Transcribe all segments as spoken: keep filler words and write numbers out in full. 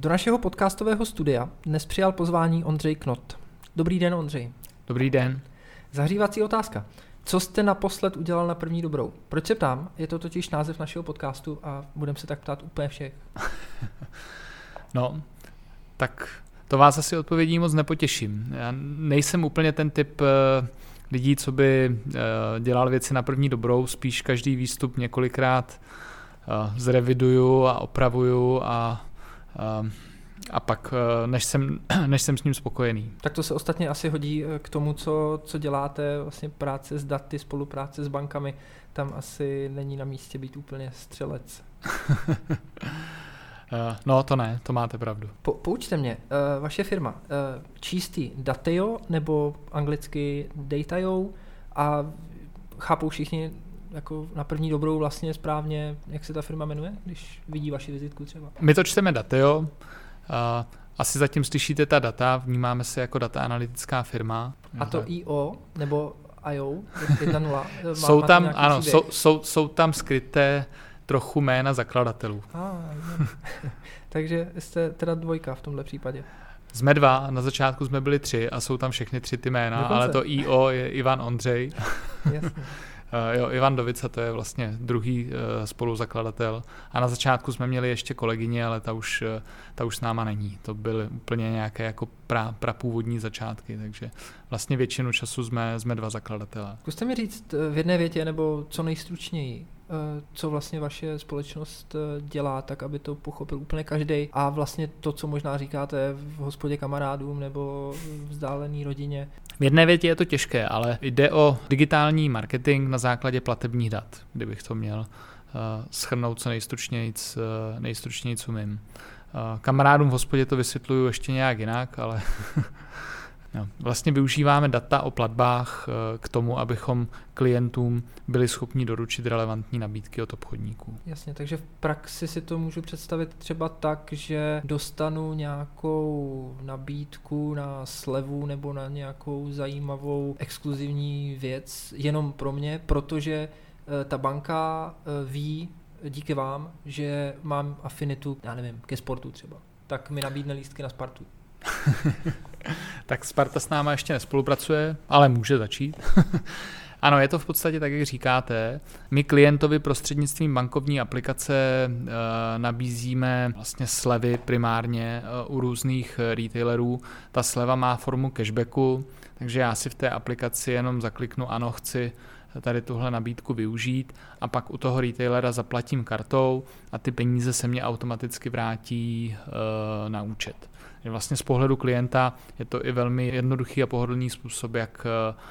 Do našeho podcastového studia dnes přijal pozvání Ondřej Knott. Dobrý den, Ondřej. Dobrý den. Zahřívací otázka. Co jste naposled udělal na první dobrou? Proč se ptám? Je to totiž název našeho podcastu a budeme se tak ptát úplně všech. No, tak to vás asi odpovědí moc nepotěším. Já nejsem úplně ten typ uh, lidí, co by uh, dělal věci na první dobrou, spíš každý výstup několikrát uh, zreviduju a opravuju a, uh, a pak, uh, než, jsem, než jsem s ním spokojený. Tak to se ostatně asi hodí k tomu, co, co děláte, vlastně práce s daty, spolupráce s bankami. Tam asi není na místě být úplně střelec. No to ne, to máte pravdu. Po, poučte mě, uh, vaše firma, uh, čistý Dateo nebo anglicky Dateo a chápou všichni jako na první dobrou vlastně správně, jak se ta firma jmenuje, když vidí vaši vizitku třeba? My to čteme Dateo, uh, asi zatím slyšíte ta data, vnímáme se jako data analytická firma. A to I O nebo I O jedna nula? Jsou tam, ano, jsou, jsou, jsou tam skryté trochu jména zakladatelů. Ah, takže jste teda dvojka v tomhle případě. Jsme dva, na začátku jsme byli tři a jsou tam všechny tři ty jména, dokonce. Ale to I O je Ivan Ondřej. Jasně. Uh, jo, Ivan Dovica, to je vlastně druhý uh, spoluzakladatel. A na začátku jsme měli ještě kolegyni, ale ta už, uh, ta už s náma není. To byly úplně nějaké jako pra, prapůvodní začátky, takže vlastně většinu času jsme, jsme dva zakladatelé. Zkuste mi říct v jedné větě, nebo co nejstručněji, co vlastně vaše společnost dělá, tak aby to pochopil úplně každý. A vlastně to, co možná říkáte v hospodě kamarádům nebo vzdálený rodině. V jedné větě je to těžké, ale jde o digitální marketing na základě platebních dat, kdybych to měl uh, shrnout co nejstručnějc, uh, nejstručnějc umím. Uh, kamarádům v hospodě to vysvětluju ještě nějak jinak, ale no, vlastně využíváme data o platbách uh, k tomu, abychom klientům byli schopni doručit relevantní nabídky od obchodníků. Jasně, takže v praxi si to můžu představit třeba tak, že dostanu nějakou nabídku na slevu nebo na nějakou zajímavou exkluzivní věc jenom pro mě, protože ta banka ví díky vám, že mám afinitu, já nevím, ke sportu třeba. Tak mi nabídne lístky na Spartu. Tak Sparta s náma ještě nespolupracuje, ale může začít. Ano, je to v podstatě tak, jak říkáte. My klientovi prostřednictvím bankovní aplikace e, nabízíme vlastně slevy primárně e, u různých retailerů. Ta sleva má formu cashbacku, takže já si v té aplikaci jenom zakliknu ano, chci tady tuhle nabídku využít a pak u toho retailera zaplatím kartou a ty peníze se mě automaticky vrátí e, na účet. Vlastně z pohledu klienta je to i velmi jednoduchý a pohodlný způsob, jak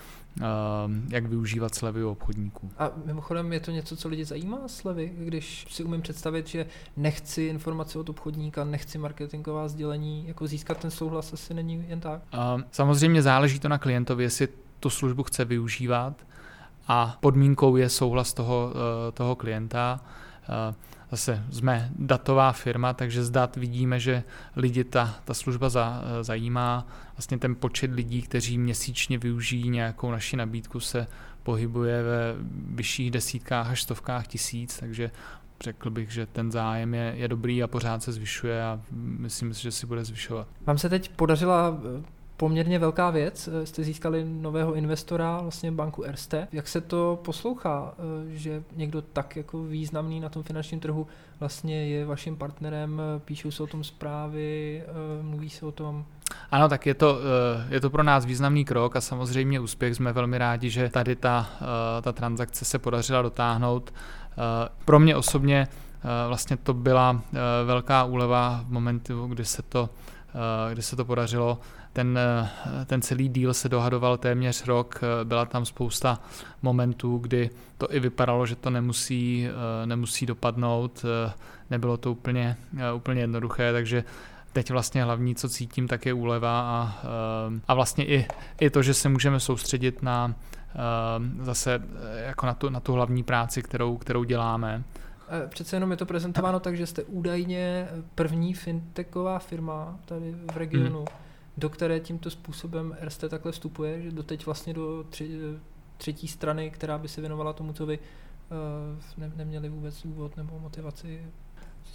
jak využívat slevy u obchodníků. A mimochodem je to něco, co lidi zajímá, slevy, když si umím představit, že nechci informace od obchodníka, nechci marketingová sdělení, jako získat ten souhlas asi není jen tak? Samozřejmě záleží to na klientovi, jestli tu službu chce využívat a podmínkou je souhlas toho, toho klienta. Zase jsme datová firma, takže z dat vidíme, že lidi ta, ta služba za, zajímá. Vlastně ten počet lidí, kteří měsíčně využijí nějakou naši nabídku, se pohybuje ve vyšších desítkách až stovkách tisíc, takže řekl bych, že ten zájem je, je dobrý a pořád se zvyšuje a myslím si, že si bude zvyšovat. Vám se teď podařila poměrně velká věc, jste získali nového investora, vlastně banku Erste. Jak se to poslouchá, že někdo tak jako významný na tom finančním trhu vlastně je vaším partnerem, píšou se o tom zprávy, mluví se o tom? Ano, tak je to, je to pro nás významný krok a samozřejmě úspěch. Jsme velmi rádi, že tady ta, ta transakce se podařila dotáhnout. Pro mě osobně vlastně to byla velká úleva v momentu, kdy se to, kdy se to podařilo. Ten, ten celý díl se dohadoval téměř rok, byla tam spousta momentů, kdy to i vypadalo, že to nemusí, nemusí dopadnout, nebylo to úplně, úplně jednoduché, takže teď vlastně hlavní, co cítím, tak je úleva a, a vlastně i, i to, že se můžeme soustředit na zase jako na tu, na tu hlavní práci, kterou, kterou děláme. Přece jenom je to prezentováno tak, že jste údajně první fintechová firma tady v regionu, hmm. do které tímto způsobem Erste takhle vstupuje, že doteď vlastně do tři, třetí strany, která by se věnovala tomu, co vy ne, neměli vůbec důvod nebo motivaci.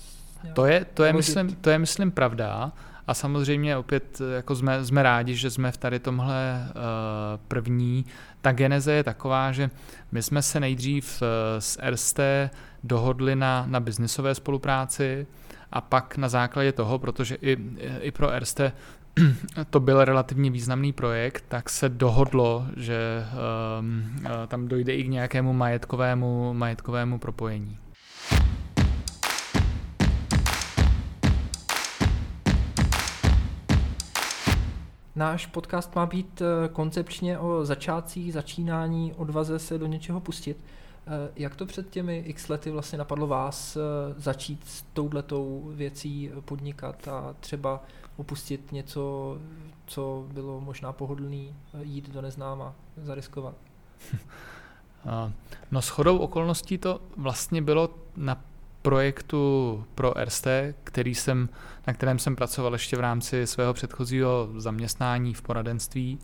To je, to je, myslím, to je, myslím, pravda. A samozřejmě opět jako jsme, jsme rádi, že jsme v tady tomhle uh, první. Ta geneze je taková, že my jsme se nejdřív uh, s Erste dohodli na, na biznisové spolupráci a pak na základě toho, protože i, i pro Erste to byl relativně významný projekt, tak se dohodlo, že um, uh, tam dojde i k nějakému majetkovému, majetkovému propojení. Náš podcast má být koncepčně o začátcích, začínání, odvaze se do něčeho pustit. Jak to před těmi x lety vlastně napadlo vás začít s touhletou věcí podnikat a třeba opustit něco, co bylo možná pohodlný, jít do neznáma, zariskovat? No shodou okolností to vlastně bylo na projektu pro Erste, který jsem, na kterém jsem pracoval ještě v rámci svého předchozího zaměstnání v poradenství.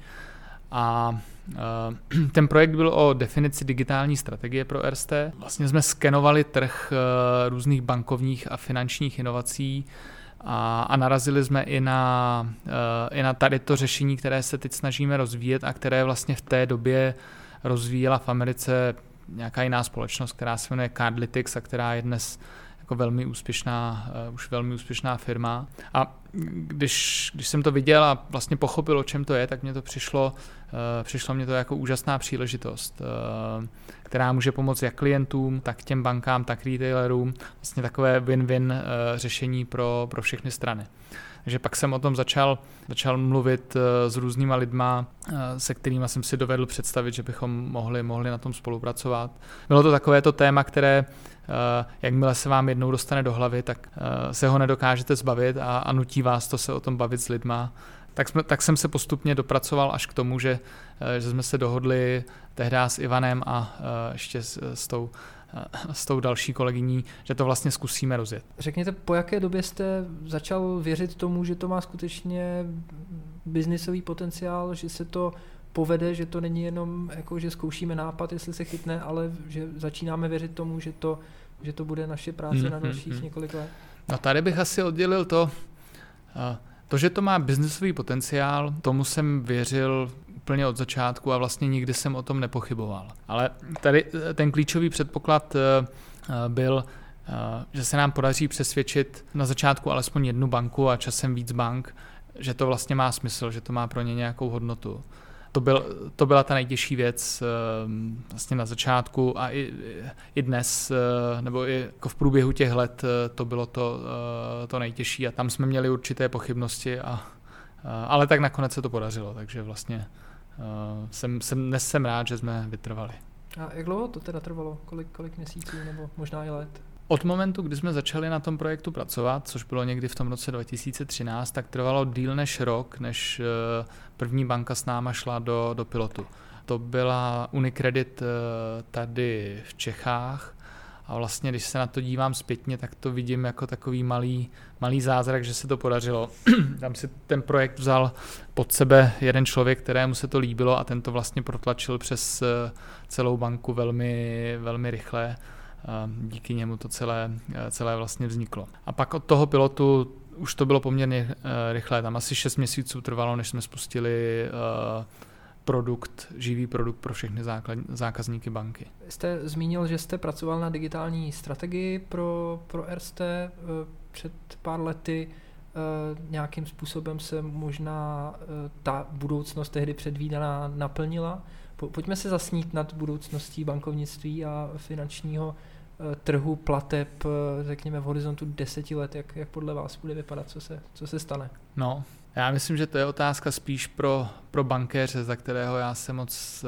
A uh, ten projekt byl o definici digitální strategie pro Erste. Vlastně jsme skenovali trh uh, různých bankovních a finančních inovací a, a narazili jsme i na, uh, i na tady to řešení, které se teď snažíme rozvíjet a které vlastně v té době rozvíjela v Americe nějaká jiná společnost, která se jmenuje Cardlytics a která je dnes jako velmi úspěšná, uh, už velmi úspěšná firma. A když, když jsem to viděl a vlastně pochopil, o čem to je, tak mě to přišlo, uh, přišlo mě to jako úžasná příležitost, uh, která může pomoct jak klientům, tak těm bankám, tak retailerům. Vlastně takové win-win uh, řešení pro, pro všechny strany. Takže pak jsem o tom začal, začal mluvit s různýma lidma, se kterými jsem si dovedl představit, že bychom mohli, mohli na tom spolupracovat. Bylo to takové to téma, které, jakmile se vám jednou dostane do hlavy, tak se ho nedokážete zbavit a, a nutí vás to se o tom bavit s lidma. Tak, jsme, tak jsem se postupně dopracoval až k tomu, že, že jsme se dohodli tehdy s Ivanem a ještě s, s tou s tou další kolegyní, že to vlastně zkusíme rozjet. Řekněte, po jaké době jste začal věřit tomu, že to má skutečně biznisový potenciál, že se to povede, že to není jenom jako, že zkoušíme nápad, jestli se chytne, ale že začínáme věřit tomu, že to, že to bude naše práce mm-hmm. na dalších několik let? No tady bych asi oddělil to, to, že to má biznisový potenciál, tomu jsem věřil úplně od začátku a vlastně nikdy jsem o tom nepochyboval. Ale tady ten klíčový předpoklad byl, že se nám podaří přesvědčit na začátku alespoň jednu banku a časem víc bank, že to vlastně má smysl, že to má pro ně nějakou hodnotu. To, byl, to byla ta nejtěžší věc vlastně na začátku a i, i dnes, nebo i jako v průběhu těch let to bylo to, to nejtěžší a tam jsme měli určité pochybnosti, a, ale tak nakonec se to podařilo, takže vlastně jsem, jsem, dnes jsem rád, že jsme vytrvali. A jak dlouho to teda trvalo? Kolik, kolik měsíců nebo možná i let? Od momentu, kdy jsme začali na tom projektu pracovat, což bylo někdy v tom roce dva tisíce třináct, tak trvalo díl než rok, než první banka s náma šla do, do pilotu. To byla Unicredit tady v Čechách a vlastně, když se na to dívám zpětně, tak to vidím jako takový malý, malý zázrak, že se to podařilo. Tam si ten projekt vzal pod sebe jeden člověk, kterému se to líbilo a ten to vlastně protlačil přes celou banku velmi, velmi rychle. Díky němu to celé, celé vlastně vzniklo. A pak od toho pilotu už to bylo poměrně rychlé, tam asi šest měsíců trvalo, než jsme spustili produkt, živý produkt pro všechny základ, zákazníky banky. Jste zmínil, že jste pracoval na digitální strategii pro, pro Erste před pár lety. Nějakým způsobem se možná ta budoucnost tehdy předvídaná naplnila. Pojďme se zasnít nad budoucností bankovnictví a finančního trhu plateb, řekněme v horizontu deseti let, jak, jak podle vás bude vypadat, co se, co se stane? No, já myslím, že to je otázka spíš pro, pro bankéře, za kterého já se moc,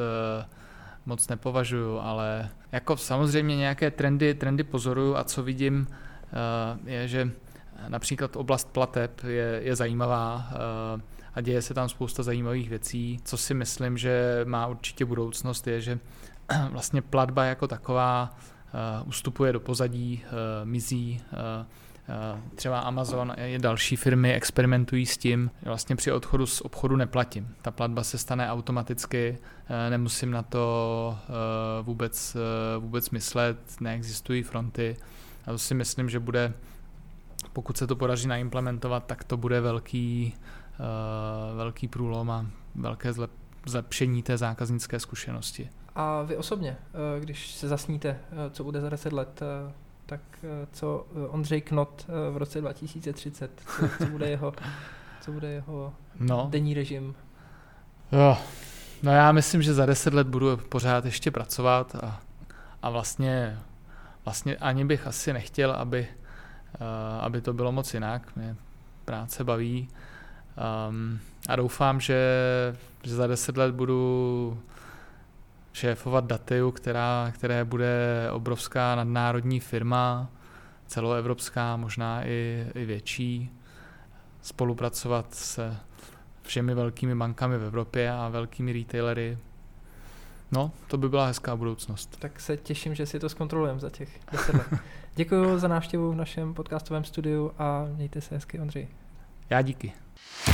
moc nepovažuju, ale jako samozřejmě nějaké trendy, trendy pozoruju a co vidím je, že například oblast plateb je, je zajímavá a děje se tam spousta zajímavých věcí. Co si myslím, že má určitě budoucnost, je, že vlastně platba jako taková uh, ustupuje do pozadí, uh, mizí. Uh, uh, třeba Amazon a další firmy experimentují s tím, že vlastně při odchodu z obchodu neplatím. Ta platba se stane automaticky, uh, nemusím na to uh, vůbec, uh, vůbec myslet, neexistují fronty. A to si myslím, že bude pokud se to podaří naimplementovat, tak to bude velký, uh, velký průlom a velké zlep, zlepšení té zákaznické zkušenosti. A vy osobně, když se zasníte, co bude za deset let, tak co Ondřej Knot v roce dva tisíce třicet, co, co bude jeho, co bude jeho no. denní režim? Jo. No já myslím, že za deset let budu pořád ještě pracovat a, a vlastně, vlastně ani bych asi nechtěl, aby, uh, aby to bylo moc jinak. Mě práce baví um, a doufám, že, že za deset let budu šéfovat Dateu, která, které bude obrovská nadnárodní firma, celoevropská, možná i, i větší, spolupracovat se všemi velkými bankami v Evropě a velkými retailery. No, to by byla hezká budoucnost. Tak se těším, že si to zkontrolujeme za těch deset let. Děkuji za návštěvu v našem podcastovém studiu a mějte se hezky, Ondřej. Já díky.